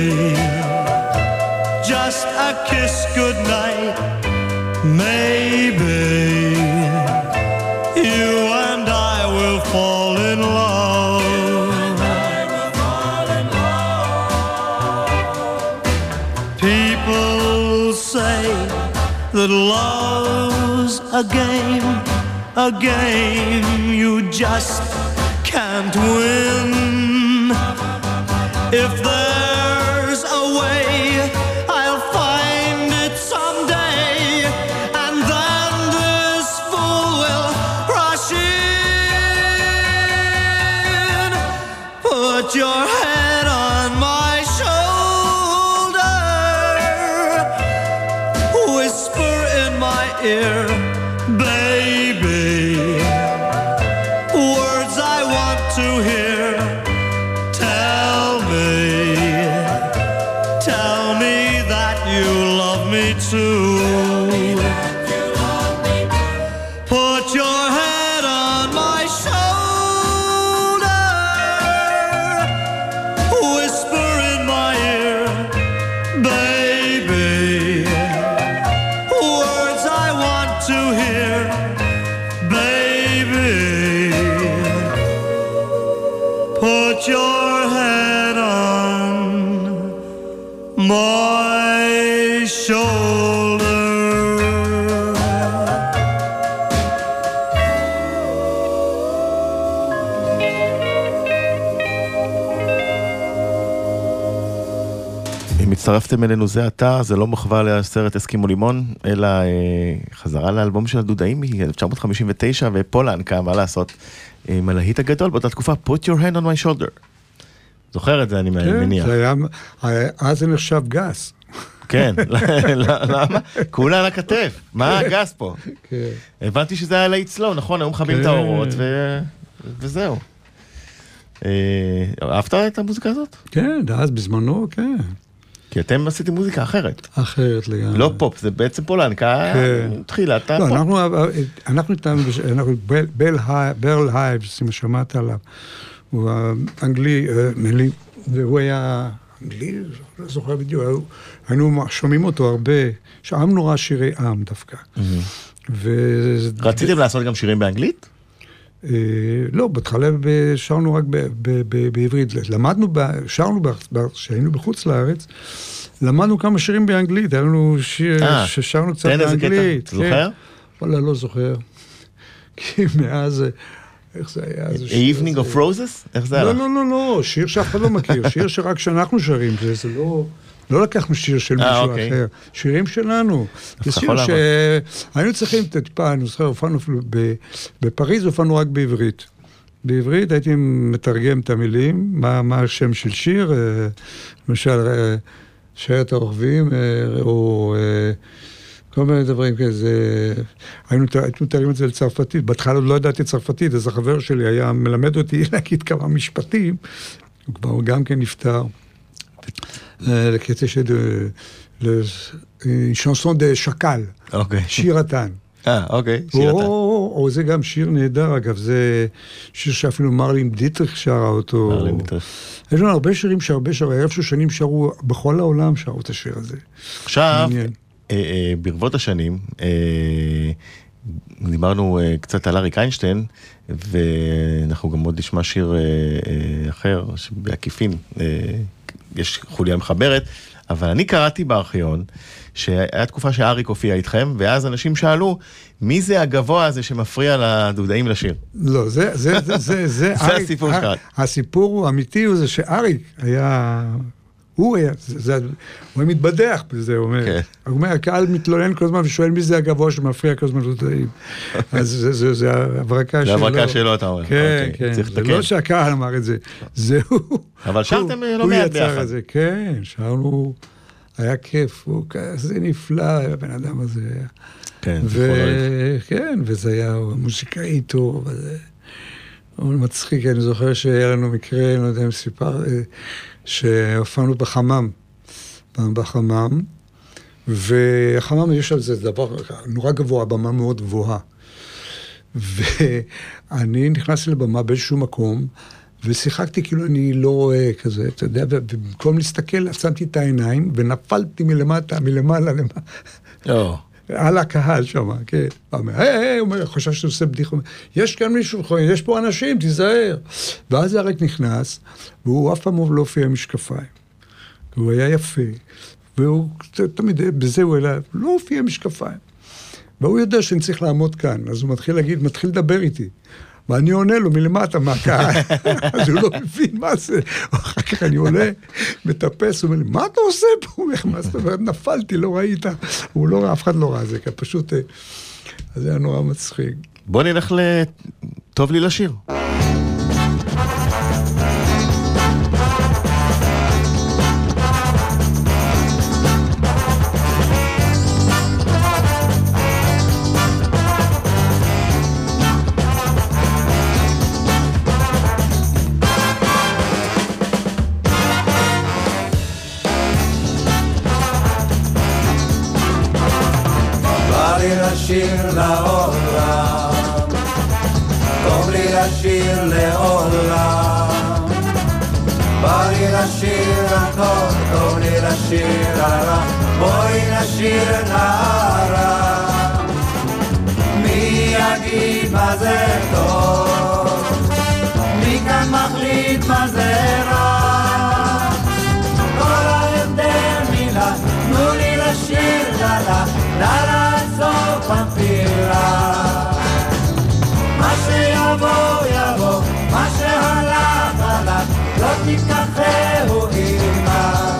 just a kiss goodnight, maybe. that love's a game, a game you just can't win. If there's a way, I'll find it someday, and then this fool will rush in. Put your head on my shoulder, whisper in my ear, baby, words I want to hear. Tell me, tell me that you love me too. Put your head on my shoulder, whisper in my ear, baby, words I want to hear, baby. Put your head on my shoulder. אם הצטרפתם אלינו זה עתה, זה לא מחווה לסרט אסקימו לימון, אלא אה, חזרה לאלבום של הדודאים מ-אלף תשע מאות חמישים ותשע, ופולנקה, מה לעשות, עם הלהיט הגדול באותה תקופה, Put your hand on my shoulder. זוכר את זה, אני מניח. כן, זה היה, אז זה נחשב גס. כן, למה? כולה על הכתף, מה הגס פה? הבנתי שזה היה להיט סלו, נכון, היו מכבים את האורות, וזהו. אהבת את המוזיקה הזאת? כן, אז בזמנו, כן. כי אתם עשיתם מוזיקה אחרת. אחרת לגמרי. לא פופ, זה בעצם פולנקה, תחילת הפופ. לא, אנחנו איתנו, ברל הייבס, אם שמעת עליו, הוא אנגלי, והוא היה אנגלי, לא זוכר בדיוק, היינו שומעים אותו הרבה, שעם נורא שירי עם דווקא. רציתם לעשות גם שירים באנגלית? לא, בהתחלה שרנו רק בעברית. למדנו, שרנו, כשהיינו בחוץ לארץ, למדנו כמה שירים באנגלית, היה לנו שיר ששרנו קצת באנגלית. זוכר? וואלה, לא זוכר. כי מאז, איך זה היה? Evening of Roses? איך זה היה? לא, לא, לא, לא, שיר שאף אחד לא מכיר, שיר שרק שאנחנו שרים, זה לא... לא לקחנו שיר של מישהו אחר, שירים שלנו. זה שיר שהיינו צריכים טיפה, אני זוכר, הופענו אפילו בפריז, הופענו רק בעברית. בעברית הייתי מתרגם את המילים, מה השם של שיר, למשל, שיירת הרוכבים, או כל מיני דברים כזה. היינו מתרגם את זה לצרפתית, בהתחלה לא ידעתי צרפתית, אז החבר שלי היה מלמד אותי להגיד כמה משפטים, הוא כבר גם כן נפטר. לקטע של שנסון דה שקל, שיר התן. אה, אוקיי, שיר התן. או זה גם שיר נהדר, אגב, זה שיר שאפילו מרלין דיטריך שרה אותו. מרלין דיטריך. יש לנו הרבה שירים שהרבה שרים, איפשהו שנים שרו, בכל העולם שרו את השיר הזה. עכשיו, ברבות השנים, דיברנו קצת על אריק איינשטיין, ואנחנו גם עוד נשמע שיר אחר, בעקיפין, יש חוליה מחברת, אבל אני קראתי בארכיון, שהיה תקופה שאריק הופיע איתכם, ואז אנשים שאלו, מי זה הגבוה הזה שמפריע לדודאים לשיר? לא, זה, זה, זה, זה, זה, זה הסיפור שלך. הסיפור הוא אמיתי, הוא זה שאריק היה, הוא היה, זה, הוא מתבדח בזה, הוא אומר, הוא אומר, הקהל מתלונן כל הזמן, ושואל מי זה הגבוה שמפריע כל הזמן לדודאים. אז זה, זה, זה הברקה שלו. זה הברקה שלו, אתה אומר. כן, כן, זה לא שהקהל אמר את זה, זה הוא. אבל שרתם לא מעט ביחד. כן, שרנו, היה כיף, הוא כזה נפלא, הבן אדם הזה היה. כן, כן, וזה היה מוזיקאי טוב, הוא מצחיק, אני זוכר שהיה לנו מקרה, אני לא יודע אם סיפר, שהופענו בחמם, בחמם, והחמם יש על זה דבר נורא גבוה, במה מאוד גבוהה. ואני נכנסתי לבמה באיזשהו מקום, ושיחקתי כאילו אני לא רואה כזה, אתה יודע, ובמקום להסתכל, שמתי את העיניים, ונפלתי מלמטה, מלמעלה, למעלה. על הקהל שם, כן. הוא אומר, היי, היי, הוא אומר, חושב שאתה עושה בדיחה, יש כאן מישהו, יש פה אנשים, תיזהר. ואז אריק נכנס, והוא אף פעם לא הופיע משקפיים. הוא היה יפה, והוא תמיד, בזה הוא אלא, לא הופיע משקפיים. והוא יודע שאני צריך לעמוד כאן, אז הוא מתחיל להגיד, מתחיל לדבר איתי. ואני עונה לו מלמטה מהקהל, אז הוא לא מבין מה זה. אחר כך אני עולה, מטפס, הוא אומר לי, מה אתה עושה פה? הוא אומר, מה זאת אומרת, נפלתי, לא ראית. הוא לא ראה, אף אחד לא ראה זה, כי פשוט, זה היה נורא מצחיק. בוא נלך לטוב לי לשיר. לשיר לעולם, טוב לי לשיר לעולם, בא לי לשיר הטוב, טוב לי לשיר הרע, בואי נשיר נערה, מי יגיד מה זה טוב, מי כאן מחליט מה זה רע, כל ההבדל מילה, תנו לי לשיר ללה, ללה סוף המפירה, מה שיבוא יבוא, מה שהלך הלך, לא תיקחהו אימה.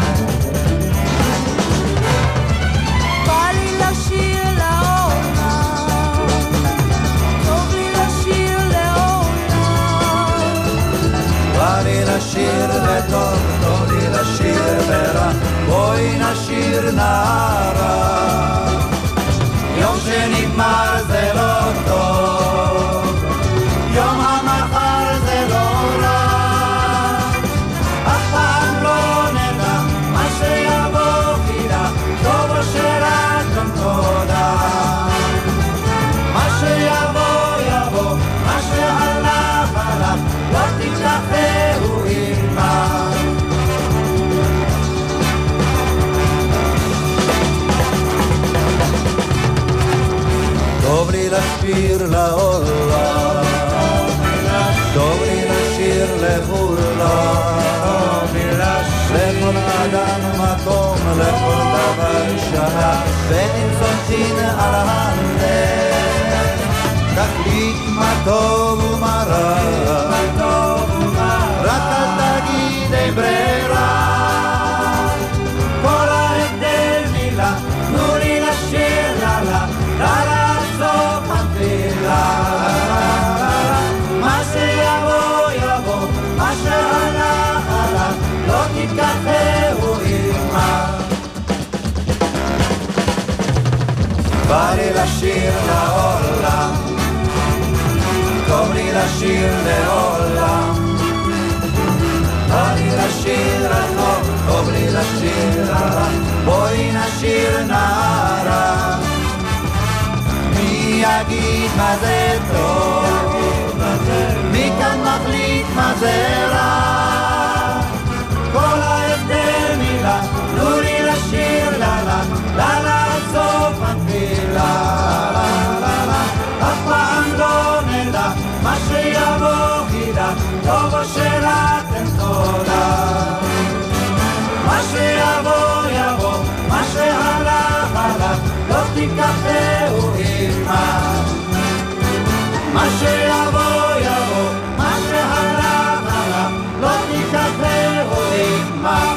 בא לי לשיר לעולם, טוב לי לשיר לעולם, בא לי לשיר לטוב, טוב לי לשיר לרע, בואי נשיר נערה, יום שנגמר זה לא טוב, יום המחר זה לא רע, אף פעם לא נדע מה שיבוא חידה, טוב או שרק גם תודה, מה שיבוא יבוא, מה שהלך הלך, לא תיקחהו עימה. טוב לי לשיר לעולם, טוב לי לשיר לכולם, לכל אדם מקום, לכל דבר שנה, ואם זונתין על הנר, תחליט מה טוב ומה רע, רק אל תגיד אין ברירה, כל ההבדל מילה, תנו לי לשיר ללה, ללה מה שיבוא יבוא, מה שהלך הלך, לא תיקחהו עימה. בא לי לשיר לעולם, טוב לי לשיר לעולם, בא לי לשיר הטוב, טוב לי לשיר הרע, בואי נשיר נערה, מי יגיד מה זה טוב, מי כאן מחליט מה זה רע, כל ההבדל מילה, תנו לי לשיר ללה, ללה סוף התפילה, אף פעם לא נדע מה שיבוא חידה, טוב או שרק אין תודה, מה שיבוא יבוא, מה שהלך הלך, לא תיקחהו עימה, מה שיבוא יבוא, מה שהלך הלך, לא תיקחהו עימה.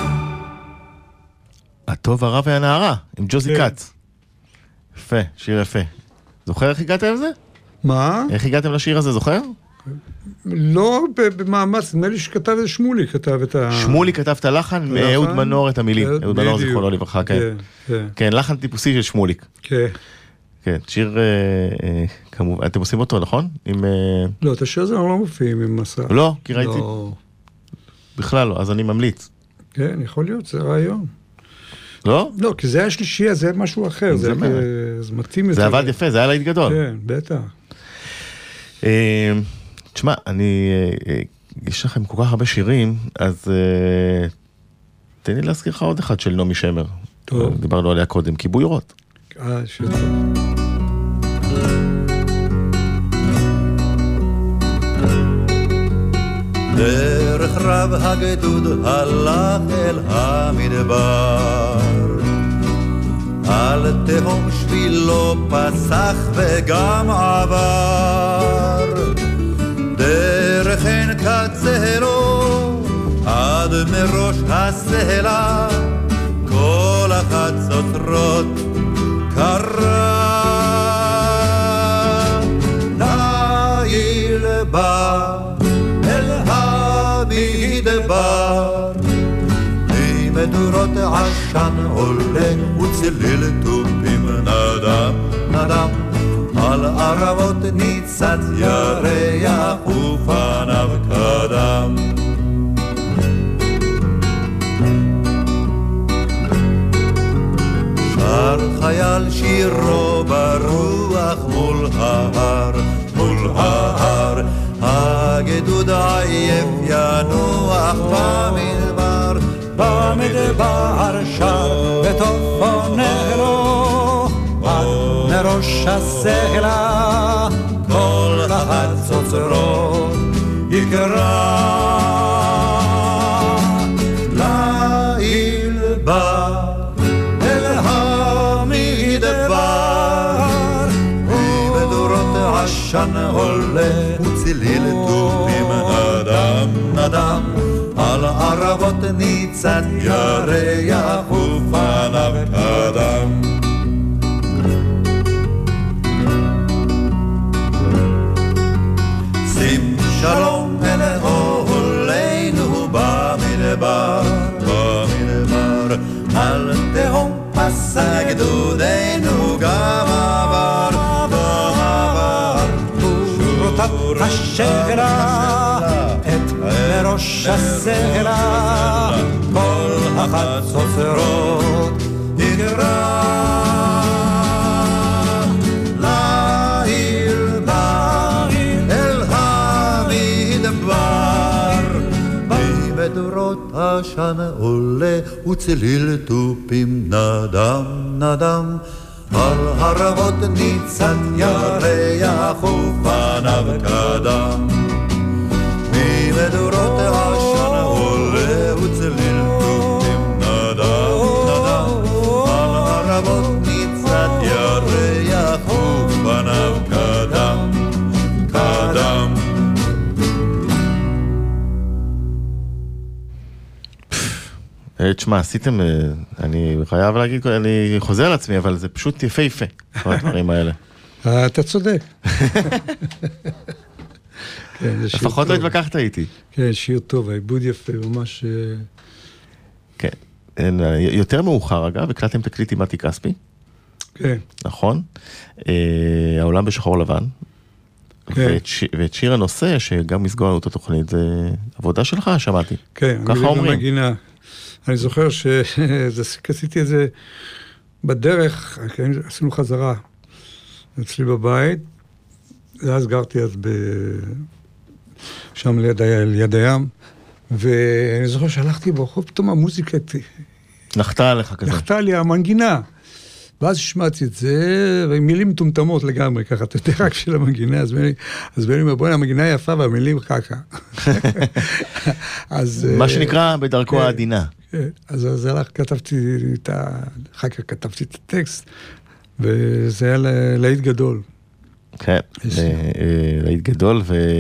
הטוב הרע והנערה, עם ג'וזי קאץ. יפה, שיר יפה. זוכר איך הגעתם לזה? מה? איך הגעתם לשיר הזה, זוכר? לא במאמץ, נדמה לי שכתב את שמולי, כתב את ה... שמולי כתב את הלחן, מאהוד מנור את המילים. אהוד מנור זכרונו לברכה, כן. כן, לחן טיפוסי של שמוליק. כן. כן, שיר, כמובן, אתם עושים אותו, נכון? לא, את השיר הזה לא מופיעים עם מסע. לא, כי ראיתי... בכלל לא, אז אני ממליץ. כן, יכול להיות, זה רעיון. לא? לא, כי זה היה שלישי, זה משהו אחר, זה מתאים יותר. זה עבד יפה, זה היה להיט גדול. כן, בטח. תשמע, אני, יש לכם כל כך הרבה שירים, אז תן לי להזכיר לך עוד אחד של נעמי שמר. טוב. דיברנו עליה קודם, כיבוי אורות. אה, שטוב. דרך רב הגדוד הלך אל המדבר, על תהום שבילו פסח וגם עבר דרך אין קצרו עד מראש הסלע כל החצוצרות קרה ליל בא אל המדבר מדורות עשן עולה וצליל טופים נדם נדם על ערבות ניצת ירח ופניו קדם שר חייל שירו ברוח מול ההר מול ההר הגדוד עייף ינוח במדבר במדבר שר בטופונרו עד מראש הסלע כל החצוצרות יקרא ליל בא אל המדבר ומדורות עשן עולה וצליל טופים נדם נדם על ערבות ניצת ירח ופניו קדם שים שלום אל אוהלינו במדבר במדבר על תהום פסע גדודנו גם עבר גם עבר שורות השגרה את מראש הסלע כל החצוצרות יקרא ליל בא אל המדבר במדורות עשן עולה וצליל טופים נדם נדם על הרבות ניצת ירח ופניו קדם מדורות עשן עולה וצליל טופים נדם נדם על ערבות ניצת ירח ופניו קדם קדם תשמע, עשיתם, אני חייב להגיד, אני חוזר על עצמי, אבל זה פשוט יפה יפה, כל הדברים האלה. אתה צודק. לפחות לא התווכחת איתי. כן, שיר טוב, העיבוד יפה, ממש... כן, יותר מאוחר אגב, הקלטתם תקליט עם מתי כספי. כן. נכון. העולם בשחור לבן. ואת שיר הנושא, שגם מסגור לנו את התוכנית, זה עבודה שלך, שמעתי. כן, ככה אומרים. מגינה. אני זוכר שעשיתי את זה בדרך, עשינו חזרה אצלי בבית, ואז גרתי אז ב... שם ליד, ליד הים, ואני זוכר שהלכתי ברחוב, פתאום המוזיקה... נחתה עליך כזה. נחתה לי המנגינה. ואז השמעתי את זה, ועם מילים מטומטמות לגמרי, ככה, אתה יודע, רק של המנגינה, אז בני אומר, בואי, המנגינה יפה והמילים ככה. מה שנקרא בדרכו העדינה. אז הלך, כתבתי את ה... אחר כך כתבתי את הטקסט, וזה היה להיט גדול. כן, להיט גדול,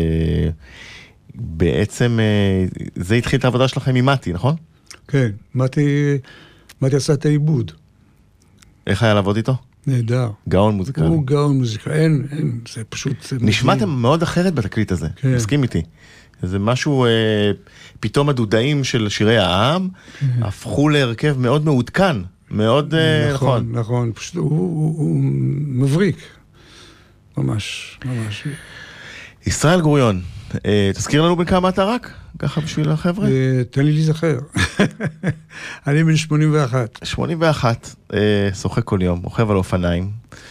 ובעצם זה התחיל את העבודה שלכם עם מתי, נכון? כן, מתי עשה את העיבוד. איך היה לעבוד איתו? נהדר. גאון מוזיקלי. הוא גאון מוזיקלי, אין, אין, זה פשוט... נשמעתם מאוד אחרת בתקליט הזה, מסכים איתי. זה משהו, פתאום הדודאים של שירי העם, הפכו להרכב מאוד מעודכן, מאוד נכון. נכון, נכון, פשוט הוא מבריק. ממש, ממש. ישראל גוריון, תזכיר לנו בין כמה אתה רק? ככה בשביל החבר'ה? תן לי להיזכר. אני בן שמונים ואחת. שמונים ואחת, שוחק כל יום, רוכב על אופניים.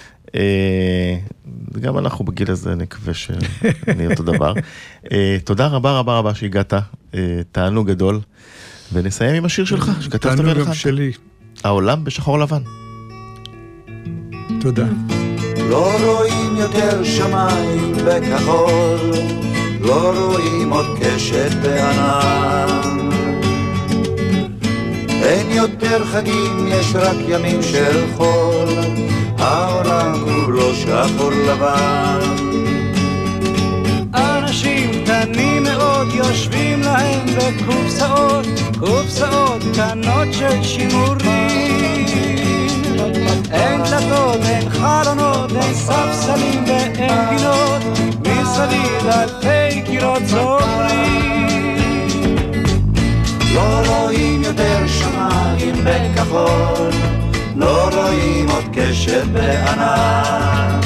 גם אנחנו בגיל הזה נקווה שנהיה אותו דבר. תודה רבה רבה רבה שהגעת, תענוג גדול. ונסיים עם השיר שלך, שכתבת בלחן. תענוג גם שלי. העולם בשחור לבן. תודה. לא רואים יותר שמיים בכחול, לא רואים עוד קשת בענן, אין יותר חגים, יש רק ימים של חול, העולם כולו שחור לבן. אנשים קטנים מאוד יושבים להם בקופסאות, קופסאות קטנות של שימורים. אין דלתות, אין חלונות, אין ספסלים ואין גינות, מסביב אלפי קירות זוהרים. לא רואים יותר שמיים בכחול, לא רואים עוד קשת בענן.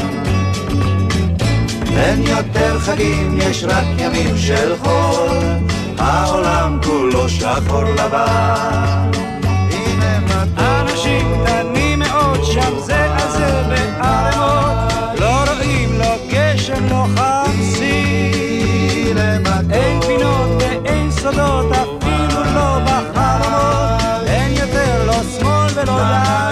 אין יותר חגים, יש רק ימים של חול, העולם כולו שחור לבן. אנשים קטנים מאוד שם זה על זה בערימות, לא רואים לא גשם לא חמסין. אין פינות ואין סודות אפילו לא בחלומות, אין יותר לא שמאל ולא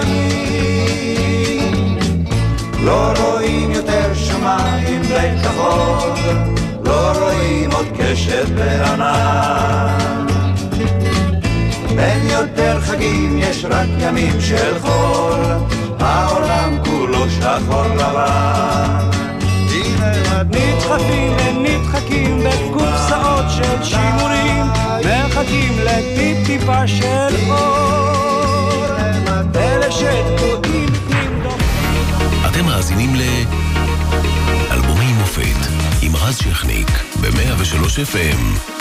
ימין. לא רואים יותר שמיים בכחול, לא רואים עוד קשת בענן. אין יותר חגים, יש רק ימים של חול, העולם כולו שחור לבן. נדחפים ונדחקים בקופסאות של שימורים, מחכים לטיפ-טיפה של אור, אלה שתקועים בפנים דוח. אתם מאזינים לאלבומי מופת עם רז שכניק ב-מאה ושלוש אף אם.